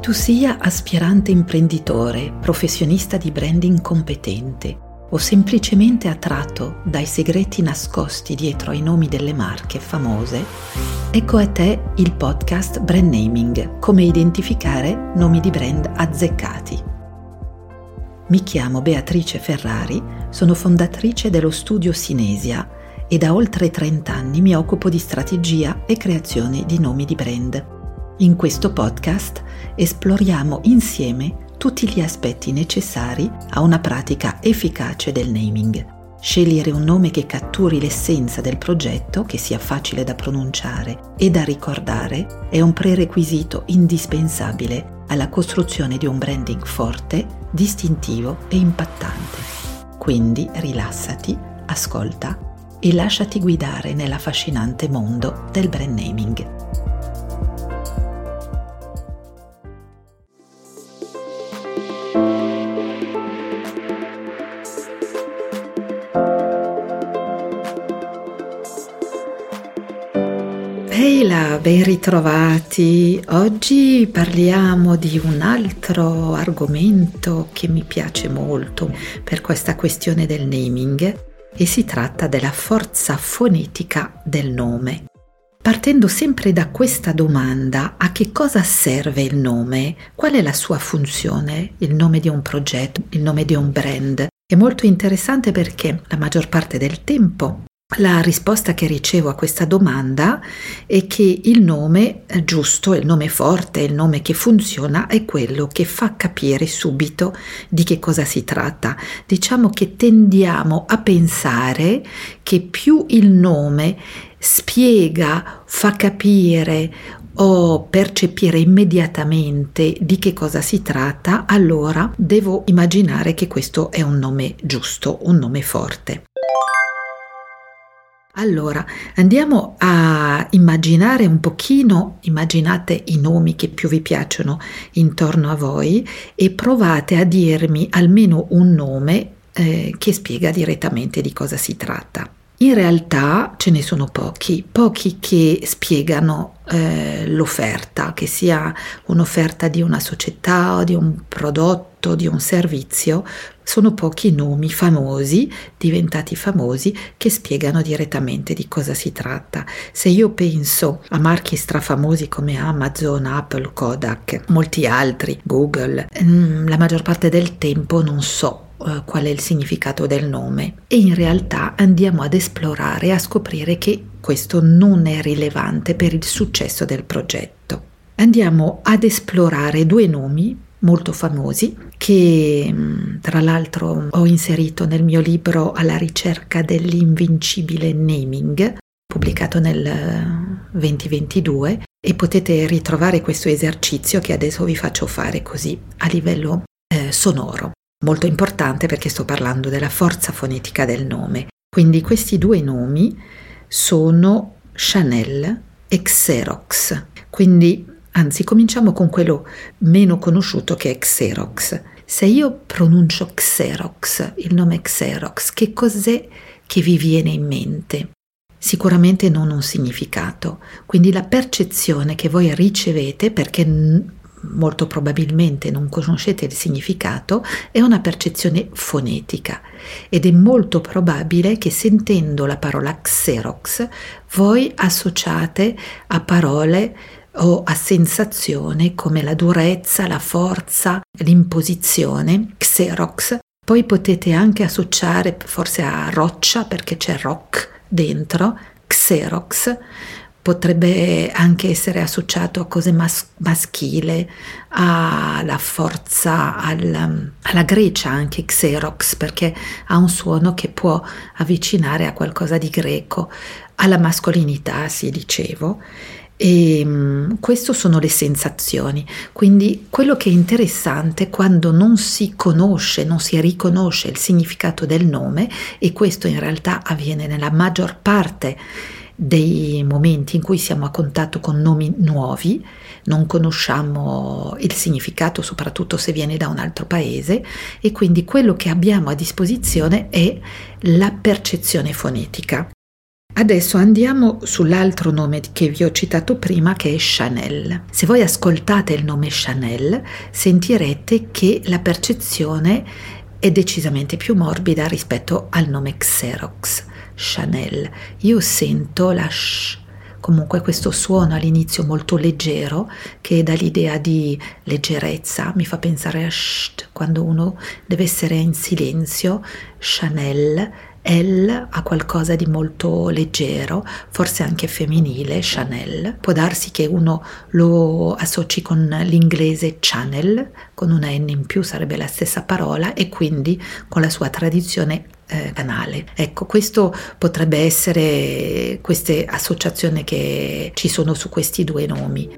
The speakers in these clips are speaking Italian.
Tu sia aspirante imprenditore, professionista di branding competente o semplicemente attratto dai segreti nascosti dietro ai nomi delle marche famose, ecco a te il podcast Brand Naming, come identificare nomi di brand azzeccati. Mi chiamo Beatrice Ferrari, sono fondatrice dello studio Sinesia e da oltre 30 anni mi occupo di strategia e creazione di nomi di brand. In questo podcast esploriamo insieme tutti gli aspetti necessari a una pratica efficace del naming. Scegliere un nome che catturi l'essenza del progetto, che sia facile da pronunciare e da ricordare, è un prerequisito indispensabile alla costruzione di un branding forte, distintivo e impattante. Quindi rilassati, ascolta e lasciati guidare nell'affascinante mondo del brand naming. Ehi là, ben ritrovati! Oggi parliamo di un altro argomento che mi piace molto per questa questione del naming e si tratta della forza fonetica del nome. Partendo sempre da questa domanda, a che cosa serve il nome? Qual è la sua funzione? Il nome di un progetto, il nome di un brand? È molto interessante perché la maggior parte del tempo la risposta che ricevo a questa domanda è che il nome giusto, il nome forte, il nome che funziona è quello che fa capire subito di che cosa si tratta. Diciamo che tendiamo a pensare che più il nome spiega, fa capire o percepire immediatamente di che cosa si tratta, allora devo immaginare che questo è un nome giusto, un nome forte. Allora, andiamo a immaginare un pochino, immaginate i nomi che più vi piacciono intorno a voi e provate a dirmi almeno un nome che spiega direttamente di cosa si tratta. In realtà ce ne sono pochi che spiegano l'offerta, che sia un'offerta di una società o di un prodotto, di un servizio. Sono pochi nomi famosi, diventati famosi, che spiegano direttamente di cosa si tratta. Se io penso a marchi strafamosi come Amazon, Apple, Kodak, molti altri, Google, la maggior parte del tempo non so qual è il significato del nome e in realtà andiamo ad esplorare e a scoprire che questo non è rilevante per il successo del progetto. Andiamo ad esplorare due nomi molto famosi che tra l'altro ho inserito nel mio libro Alla ricerca dell'invincibile naming, pubblicato nel 2022, e potete ritrovare questo esercizio che adesso vi faccio fare così a livello sonoro. Molto importante perché sto parlando della forza fonetica del nome. Quindi questi due nomi sono Chanel e Xerox. Quindi, anzi, cominciamo con quello meno conosciuto che è Xerox. Se io pronuncio Xerox, il nome Xerox, che cos'è che vi viene in mente? Sicuramente non un significato. Quindi la percezione che voi ricevete, perché molto probabilmente non conoscete il significato, è una percezione fonetica ed è molto probabile che sentendo la parola Xerox voi associate a parole o a sensazione come la durezza, la forza, l'imposizione, Xerox. Poi potete anche associare forse a roccia perché c'è rock dentro, Xerox. Potrebbe anche essere associato a cose maschile, alla forza, alla Grecia anche Xerox, perché ha un suono che può avvicinare a qualcosa di greco, alla mascolinità, sì, dicevo. E questo sono le sensazioni. Quindi quello che è interessante quando non si conosce, non si riconosce il significato del nome, e questo in realtà avviene nella maggior parte dei momenti in cui siamo a contatto con nomi nuovi, non conosciamo il significato, soprattutto se viene da un altro paese, e quindi quello che abbiamo a disposizione è la percezione fonetica. Adesso andiamo sull'altro nome che vi ho citato prima, che è Chanel. Se voi ascoltate il nome Chanel, sentirete che la percezione è decisamente più morbida rispetto al nome Xerox. Chanel. Io sento la sh, comunque questo suono all'inizio molto leggero, che dà l'idea di leggerezza, mi fa pensare a sh, quando uno deve essere in silenzio. Chanel. Elle ha qualcosa di molto leggero, forse anche femminile, Chanel. Può darsi che uno lo associ con l'inglese channel, con una N in più sarebbe la stessa parola, e quindi con la sua tradizione canale. Ecco, questo potrebbe essere queste associazioni che ci sono su questi due nomi.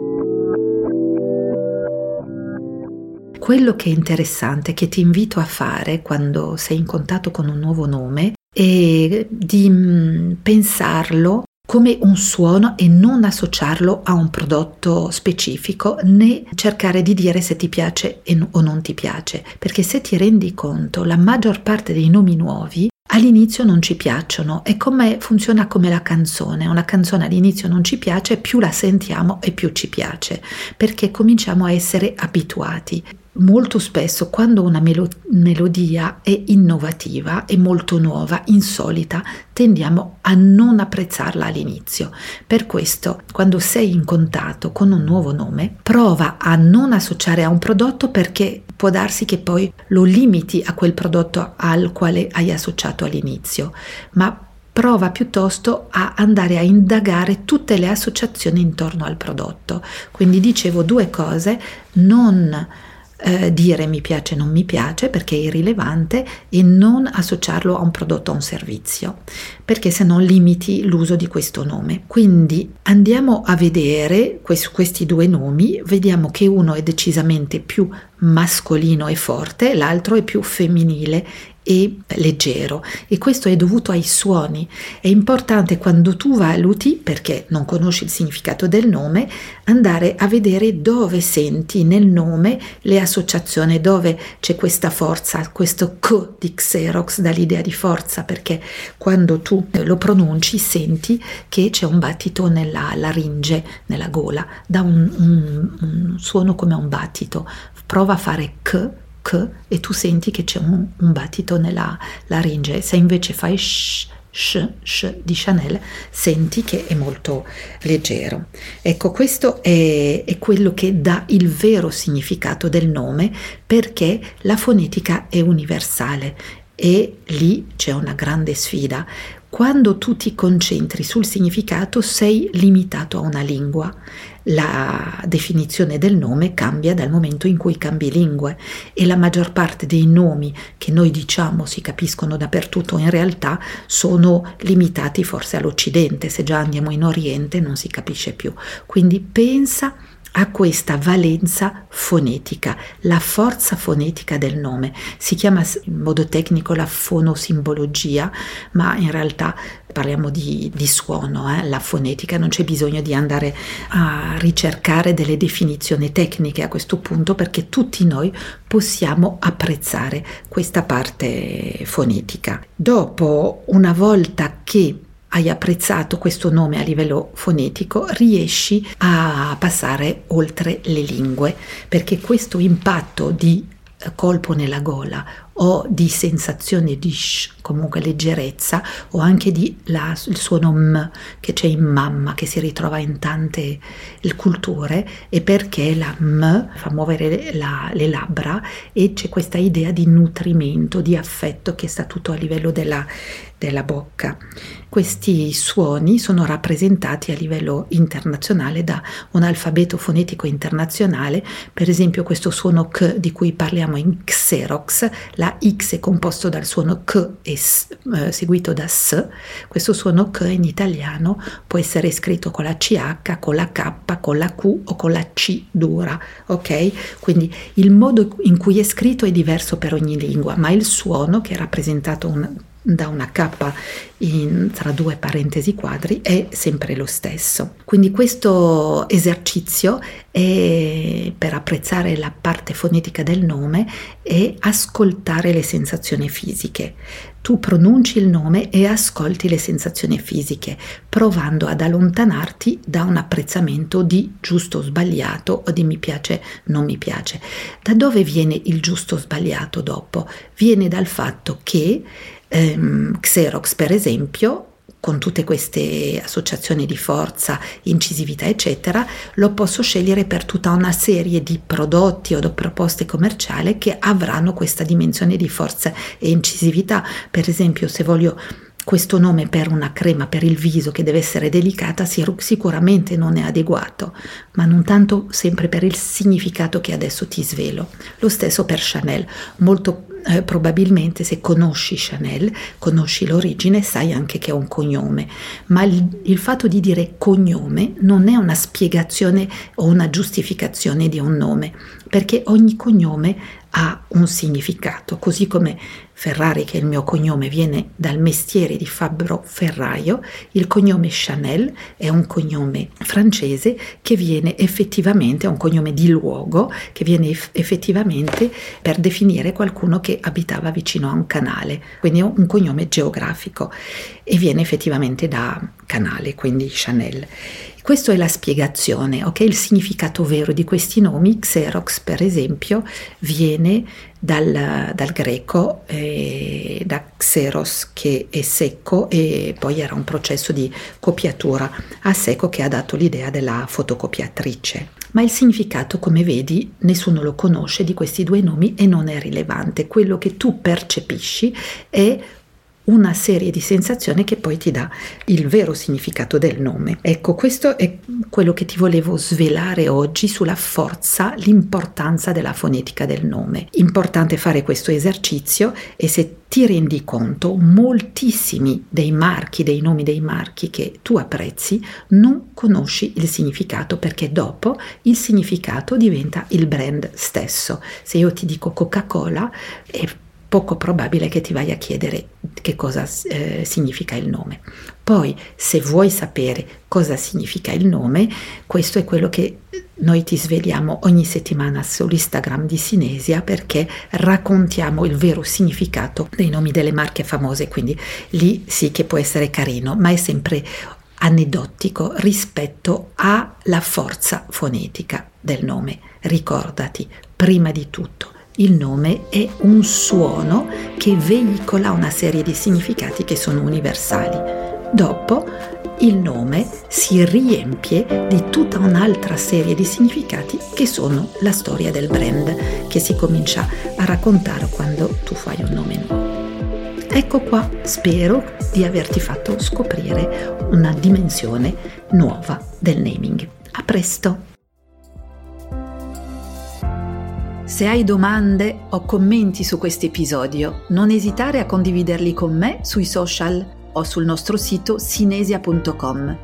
Quello che è interessante, che ti invito a fare quando sei in contatto con un nuovo nome, è di pensarlo come un suono e non associarlo a un prodotto specifico, né cercare di dire se ti piace o non ti piace, perché se ti rendi conto, la maggior parte dei nomi nuovi all'inizio non ci piacciono. È come funziona come la canzone. Una canzone all'inizio non ci piace, più la sentiamo e più ci piace, perché cominciamo a essere abituati. Molto spesso quando una melodia è innovativa, è molto nuova, insolita, tendiamo a non apprezzarla all'inizio. Per questo, quando sei in contatto con un nuovo nome, prova a non associare a un prodotto, perché può darsi che poi lo limiti a quel prodotto al quale hai associato all'inizio, ma prova piuttosto a andare a indagare tutte le associazioni intorno al prodotto. Quindi dicevo due cose: non dire mi piace, non mi piace, perché è irrilevante, e non associarlo a un prodotto o a un servizio, perché se no limiti l'uso di questo nome. Quindi andiamo a vedere questi due nomi, vediamo che uno è decisamente più mascolino e forte, l'altro è più femminile e leggero, e questo è dovuto ai suoni. È importante, quando tu valuti, perché non conosci il significato del nome, andare a vedere dove senti nel nome le associazioni, dove c'è questa forza, questo K di Xerox dà l'idea di forza, perché quando tu lo pronunci senti che c'è un battito nella laringe, nella gola, dà un suono come un battito. Prova a fare K e tu senti che c'è un battito nella laringe. Se invece fai sh di Chanel, senti che è molto leggero. Ecco, questo è quello che dà il vero significato del nome, perché la fonetica è universale, e lì c'è una grande sfida. Quando tu ti concentri sul significato, sei limitato a una lingua. La definizione del nome cambia dal momento in cui cambi lingue, e la maggior parte dei nomi che noi diciamo si capiscono dappertutto in realtà sono limitati forse all'Occidente. Se già andiamo in Oriente non si capisce più. Quindi pensa a questa valenza fonetica, la forza fonetica del nome. Si chiama in modo tecnico la fonosimbologia, ma in realtà parliamo di suono, la fonetica. Non c'è bisogno di andare a ricercare delle definizioni tecniche a questo punto, perché tutti noi possiamo apprezzare questa parte fonetica. Dopo, una volta che hai apprezzato questo nome a livello fonetico, riesci a passare oltre le lingue, perché questo impatto di colpo nella gola o di sensazione di comunque leggerezza, o anche di il suono m che c'è in mamma, che si ritrova in tante culture, e perché la m fa muovere le labbra, e c'è questa idea di nutrimento, di affetto, che sta tutto a livello della bocca. Questi suoni sono rappresentati a livello internazionale da un alfabeto fonetico internazionale. Per esempio, questo suono K di cui parliamo in Xerox, la X è composto dal suono K e seguito da S. Questo suono K in italiano può essere scritto con la CH, con la K, con la Q o con la C dura, ok? Quindi il modo in cui è scritto è diverso per ogni lingua, ma il suono, che è rappresentato da una K tra due parentesi quadri è sempre lo stesso. Quindi questo esercizio è per apprezzare la parte fonetica del nome e ascoltare le sensazioni fisiche. Tu pronunci il nome e ascolti le sensazioni fisiche, provando ad allontanarti da un apprezzamento di giusto o sbagliato o di mi piace, non mi piace. Da dove viene il giusto o sbagliato dopo? Viene dal fatto che Xerox, per esempio, con tutte queste associazioni di forza, incisività eccetera, lo posso scegliere per tutta una serie di prodotti o di proposte commerciali che avranno questa dimensione di forza e incisività. Per esempio, se voglio questo nome per una crema per il viso che deve essere delicata, sicuramente non è adeguato, ma non tanto sempre per il significato che adesso ti svelo. Lo stesso per Chanel. Molto probabilmente se conosci Chanel, conosci l'origine, sai anche che è un cognome, ma il fatto di dire cognome non è una spiegazione o una giustificazione di un nome, perché ogni cognome ha un significato, così come Ferrari, che è il mio cognome, viene dal mestiere di fabbro ferraio, il cognome Chanel è un cognome francese che viene effettivamente, è un cognome di luogo, che viene effettivamente per definire qualcuno che abitava vicino a un canale, quindi è un cognome geografico e viene effettivamente da canale, quindi Chanel. Questa è la spiegazione, ok? Il significato vero di questi nomi. Xerox, per esempio, viene dal greco, da xeros, che è secco, e poi era un processo di copiatura a secco che ha dato l'idea della fotocopiatrice. Ma il significato, come vedi, nessuno lo conosce di questi due nomi e non è rilevante. Quello che tu percepisci è una serie di sensazioni che poi ti dà il vero significato del nome. Ecco, questo è quello che ti volevo svelare oggi sulla forza, l'importanza della fonetica del nome. Importante fare questo esercizio, e se ti rendi conto, moltissimi dei marchi, dei nomi dei marchi che tu apprezzi, non conosci il significato, perché dopo il significato diventa il brand stesso. Se io ti dico Coca-Cola, è poco probabile che ti vai a chiedere che cosa significa il nome. Poi, se vuoi sapere cosa significa il nome, questo è quello che noi ti sveliamo ogni settimana sull'Instagram di Sinesia, perché raccontiamo il vero significato dei nomi delle marche famose, quindi lì sì che può essere carino, ma è sempre aneddotico rispetto alla forza fonetica del nome. Ricordati, prima di tutto, il nome è un suono che veicola una serie di significati che sono universali. Dopo, il nome si riempie di tutta un'altra serie di significati che sono la storia del brand, che si comincia a raccontare quando tu fai un nome nuovo. Ecco qua, spero di averti fatto scoprire una dimensione nuova del naming. A presto! Se hai domande o commenti su questo episodio, non esitare a condividerli con me sui social o sul nostro sito sinesia.com,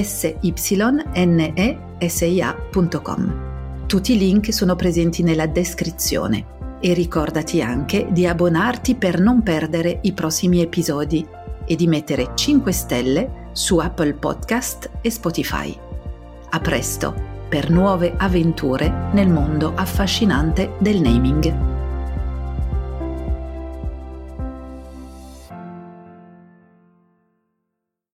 synesia.com. Tutti i link sono presenti nella descrizione e ricordati anche di abbonarti per non perdere i prossimi episodi e di mettere 5 stelle su Apple Podcast e Spotify. A presto! Per nuove avventure nel mondo affascinante del naming.